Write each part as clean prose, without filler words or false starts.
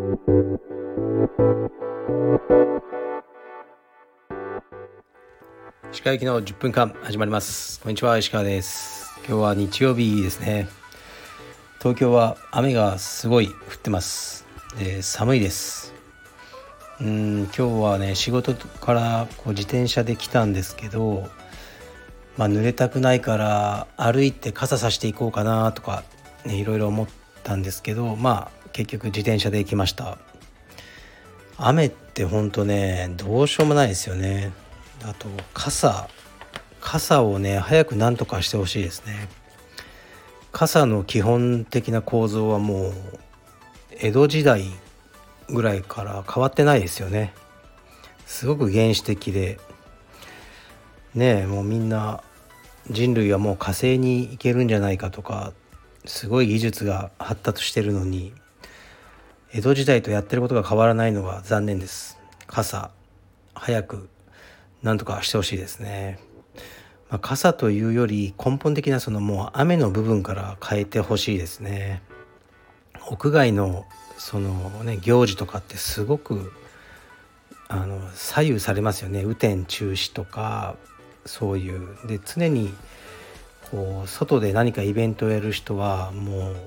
石川行きの10分間始まります。こんにちは、石川です。今日は日曜日ですね。東京は雨がすごい降ってます。で、寒いです。今日はね、仕事から自転車で来たんですけど、濡れたくないから歩いて傘さしていこうかなとかね、いろいろ思ったんですけど、結局自転車で行きました。雨ってほんとね、どうしようもないですよね。あと傘をね、早くなんとかしてほしいですね。傘の基本的な構造はもう江戸時代ぐらいから変わってないですよね。すごく原始的でね、もうみんな人類はもう火星に行けるんじゃないかとか、すごい技術が発達してるのに、江戸時代とやってることが変わらないのが残念です。傘早くなんとかしてほしいですね。傘というより根本的なもう雨の部分から変えてほしいですね。屋外の行事とかってすごく左右されますよね。雨天中止とか、そういうで常に外で何かイベントをやる人はもう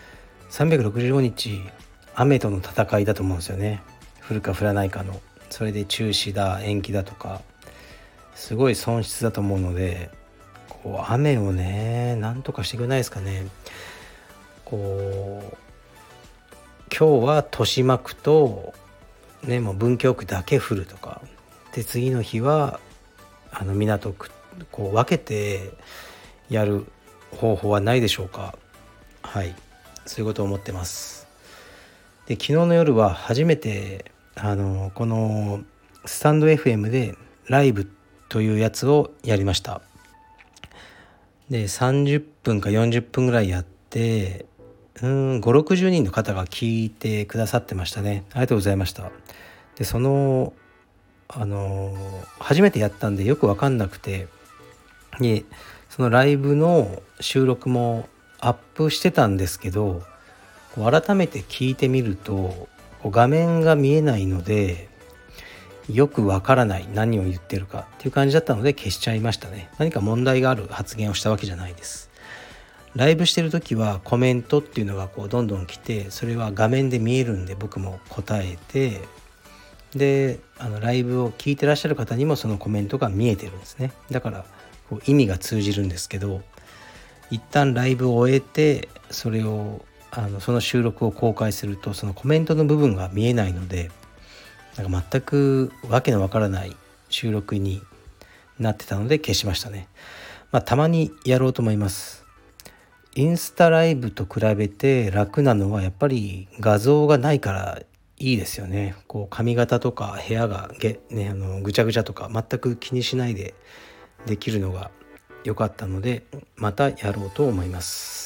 365日雨との戦いだと思うんですよね。降るか降らないかの、それで中止だ延期だとか、すごい損失だと思うので、雨をね、なんとかしてくれないですかね。今日は豊島区とね、もう文京区だけ降るとかで、次の日は港区、分けてやる方法はないでしょうか。はい、そういうことを思ってます。で、昨日の夜は初めてこのスタンド FM でライブというやつをやりました。で、30分か40分ぐらいやって、5、60人の方が聞いてくださってましたね。ありがとうございました。で、初めてやったんでよく分かんなくて、でそのライブの収録もアップしてたんですけど、改めて聞いてみると画面が見えないのでよくわからない、何を言ってるかっていう感じだったので消しちゃいましたね。何か問題がある発言をしたわけじゃないです。ライブしてる時はコメントっていうのがどんどん来て、それは画面で見えるんで僕も答えて、でライブを聞いてらっしゃる方にもそのコメントが見えてるんですね。だから意味が通じるんですけど、一旦ライブを終えてそれをその収録を公開すると、そのコメントの部分が見えないので、なんか全くわけのわからない収録になってたので消しましたね。たまにやろうと思います。インスタライブと比べて楽なのはやっぱり画像がないからいいですよね。髪型とか部屋がぐちゃぐちゃとか全く気にしないでできるのが良かったので、またやろうと思います。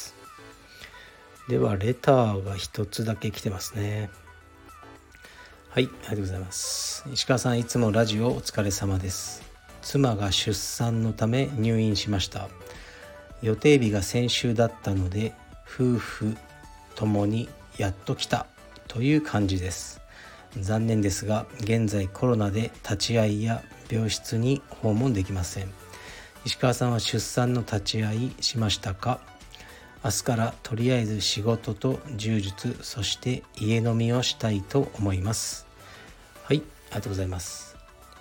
ではレターが一つだけ来てますね。はい、ありがとうございます。石川さん、いつもラジオお疲れ様です。妻が出産のため入院しました。予定日が先週だったので夫婦ともにやっと来たという感じです。残念ですが現在コロナで立ち会いや病室に訪問できません。石川さんは出産の立ち会いしましたか？明日からとりあえず仕事と柔術、そして家飲みをしたいと思います。はい、ありがとうございます。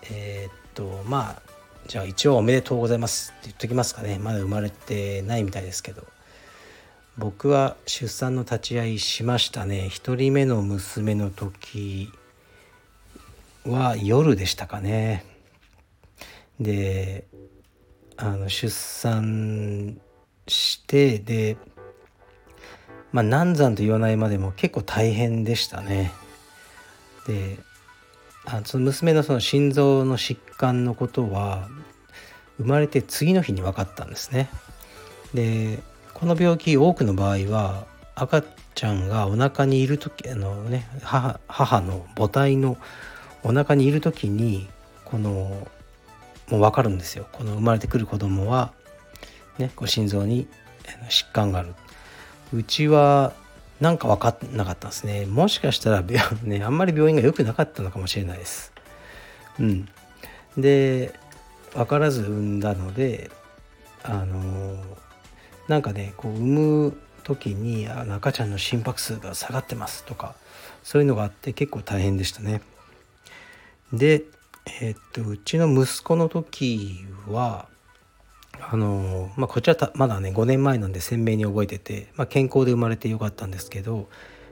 じゃあ一応おめでとうございますって言っときますかね。まだ生まれてないみたいですけど、僕は出産の立ち会いしましたね。一人目の娘の時は夜でしたかね。で出産してで、難産と言わないまでも結構大変でしたね。でその娘のその心臓の疾患のことは生まれて次の日に分かったんですね。でこの病気多くの場合は赤ちゃんがお腹にいる時母の母体のお腹にいる時にもう分かるんですよ。この生まれてくる子供は心臓に疾患がある。うちはなんか分かんなかったんですね。もしかしたらあんまり病院が良くなかったのかもしれないです。で分からず産んだのでなんかねこう産む時に赤ちゃんの心拍数が下がってますとかそういうのがあって結構大変でしたね。でうちの息子の時はこっちはまだね5年前なんで鮮明に覚えてて、健康で生まれてよかったんですけど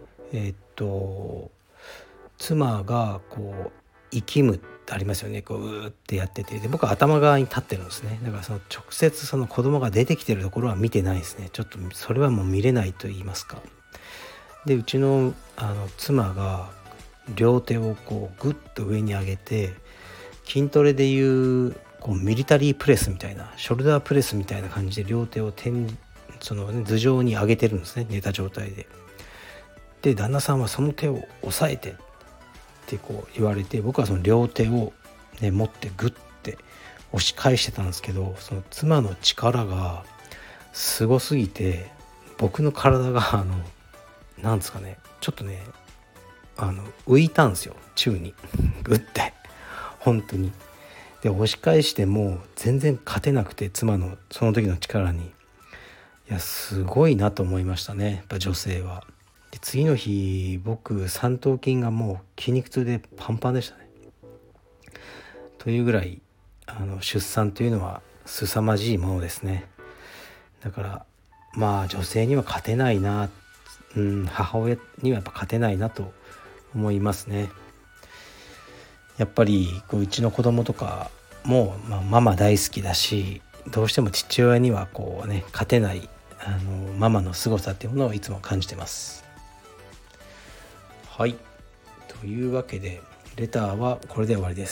妻がこう息むってありますよね。こうーってやってて、で僕は頭側に立ってるんですね。だからその直接その子供が出てきてるところは見てないですね。ちょっとそれはもう見れないと言いますか。でうちの妻が両手をこうグッと上に上げて、筋トレでいうこうミリタリープレスみたいな、ショルダープレスみたいな感じで両手をその、頭上に上げてるんですね、寝た状態で。で旦那さんはその手を押さえてってこう言われて、僕はその両手を、持ってグッて押し返してたんですけど、その妻の力がすごすぎて僕の体がなんですかね、ちょっとね浮いたんですよ、宙にグッて本当に。で押し返しても全然勝てなくて、妻のその時の力に。いやすごいなと思いましたね、やっぱ女性は。で次の日僕三頭筋がもう筋肉痛でパンパンでしたね。というぐらい出産というのは凄まじいものですね。だから女性には勝てないな、母親にはやっぱ勝てないなと思いますね。やっぱりうちの子供とかも、ママ大好きだし、どうしても父親には勝てないママの凄さっていうものをいつも感じてます。はい、というわけでレターはこれで終わりです。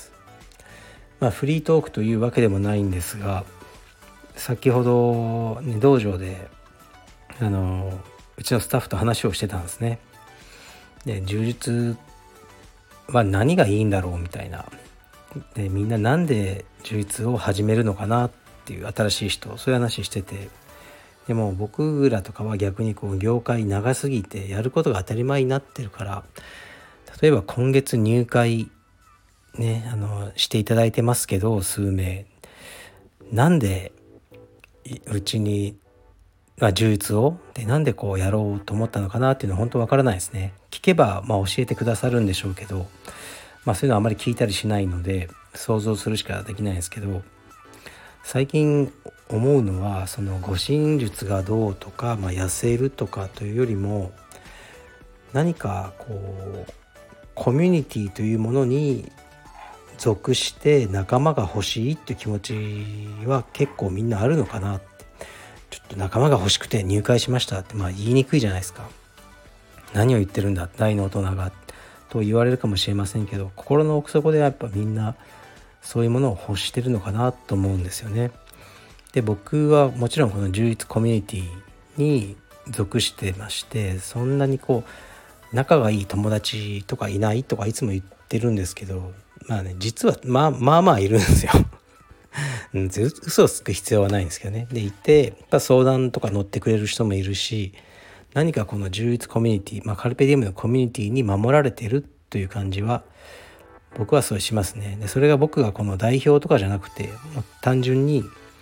フリートークというわけでもないんですが、先ほど、道場でうちのスタッフと話をしてたんですね。で柔術は何がいいんだろうみたいな。でみんななんで柔術を始めるのかなっていう、新しい人、そういう話してて、でも僕らとかは逆に業界長すぎてやることが当たり前になってるから、例えば今月入会していただいてますけど、数名なんでうちに柔術をなんでやろうと思ったのかなっていうのは本当わからないですね。聞けば教えてくださるんでしょうけど、そういうのはあまり聞いたりしないので想像するしかできないですけど、最近思うのはその護身術がどうとか、痩せるとかというよりも、何かコミュニティというものに属して仲間が欲しいっていう気持ちは結構みんなあるのかなって。ちょっと仲間が欲しくて入会しましたって言いにくいじゃないですか。何を言ってるんだ大の大人がと言われるかもしれませんけど、心の奥底ではやっぱみんなそういうものを欲してるのかなと思うんですよね。で僕はもちろんこの充実コミュニティに属してまして、そんなに仲がいい友達とかいないとかいつも言ってるんですけど、実はまあいるんですよ嘘をつく必要はないんですけどね。でいてやっぱ相談とか乗ってくれる人もいるし、何かこの充実コミュニティ、カルペディウムのコミュニティに守られてるという感じは僕はそうしますね。でそれが僕がこの代表とかじゃなくて、単純に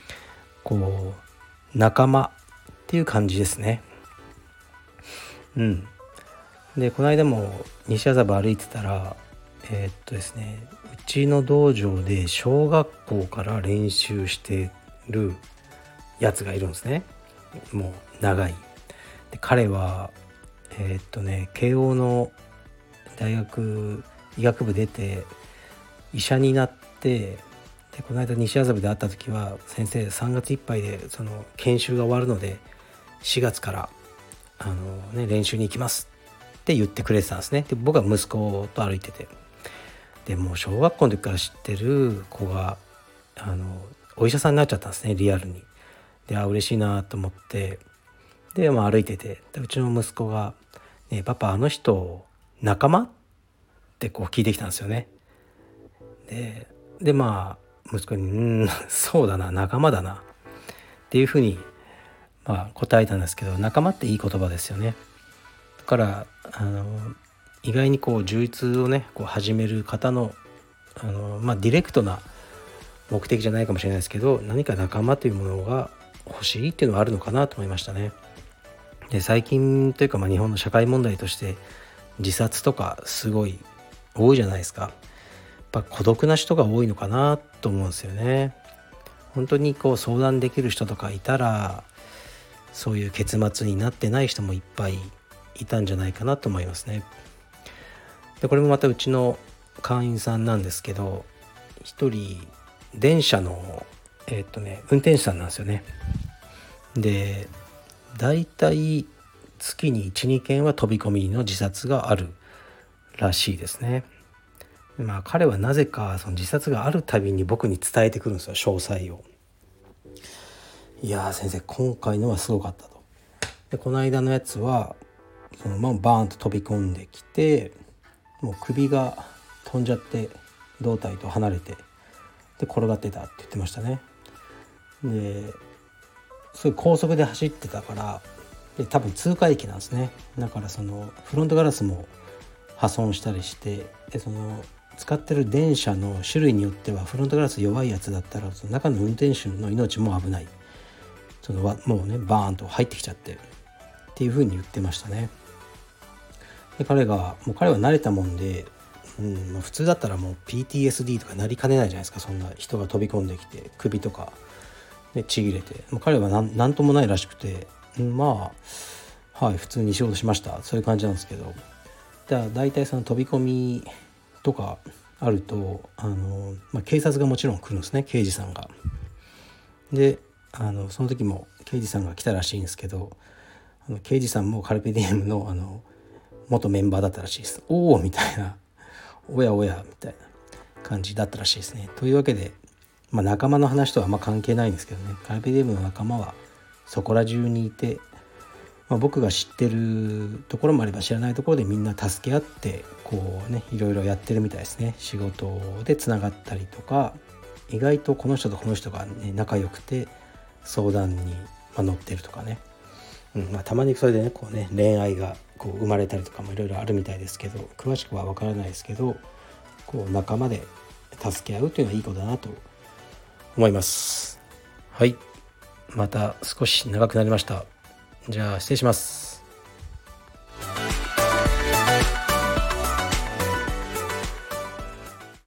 仲間っていう感じですね。でこの間も西麻布歩いてたらですね、うちの道場で小学校から練習してるやつがいるんですね。もう長い。で彼は慶応の大学医学部出て医者になって、でこの間西麻布で会った時は、先生3月いっぱいでその研修が終わるので4月から練習に行きますって言ってくれてたんですね。で僕は息子と歩いてて、でもう小学校の時から知ってる子がお医者さんになっちゃったんですね、リアルに。で嬉しいなと思って、で歩いてて、でうちの息子が「ねえパパ、あの人仲間?」って聞いてきたんですよね。で息子に「そうだな、仲間だな」っていうふうに答えたんですけど、仲間っていい言葉ですよね。 から意外に充実をね始める方のディレクトな目的じゃないかもしれないですけど、何か仲間というものが欲しいっていうのはあるのかなと思いましたね。で最近というか日本の社会問題として自殺とかすごい多いじゃないですか。やっぱ孤独な人が多いのかなと思うんですよね。本当に相談できる人とかいたらそういう結末になってない人もいっぱいいたんじゃないかなと思いますね。でこれもまたうちの会員さんなんですけど、一人電車の運転手さんなんですよね。でだいたい月に 1,2 件は飛び込みの自殺があるらしいですね。彼はなぜかその自殺があるたびに僕に伝えてくるんですよ、詳細を。いや先生今回のはすごかったと。でこの間のやつはそのバーンと飛び込んできて、もう首が飛んじゃって胴体と離れて、で転がってたって言ってましたね。ですごい高速で走ってたから、で多分通過駅なんですね。だからそのフロントガラスも破損したりして、でその使ってる電車の種類によってはフロントガラス弱いやつだったらその中の運転手の命も危ない、そのもうねバーンと入ってきちゃってっていう風に言ってましたね。で彼は慣れたもんで、普通だったらもう PTSD とかなりかねないじゃないですか。そんな人が飛び込んできて首とかでちぎれて、彼はなんともないらしくて、普通に仕事しました、そういう感じなんですけど、だいたいその飛び込みとかあると警察がもちろん来るんですね、刑事さんが。でその時も刑事さんが来たらしいんですけど、刑事さんもカルペディエムの元メンバーだったらしいです。おおみたいな、おやおやみたいな感じだったらしいですね。というわけで、仲間の話とは関係ないんですけどね、カルペディエムの仲間はそこら中にいて、僕が知ってるところもあれば知らないところでみんな助け合っていろいろやってるみたいですね。仕事でつながったりとか、意外とこの人とこの人が、仲良くて相談に乗ってるとかね、たまにそれでね恋愛が生まれたりとかもいろいろあるみたいですけど、詳しくは分からないですけど、仲間で助け合うというのはいいことだなと思います。はい、また少し長くなりました。じゃあ失礼します。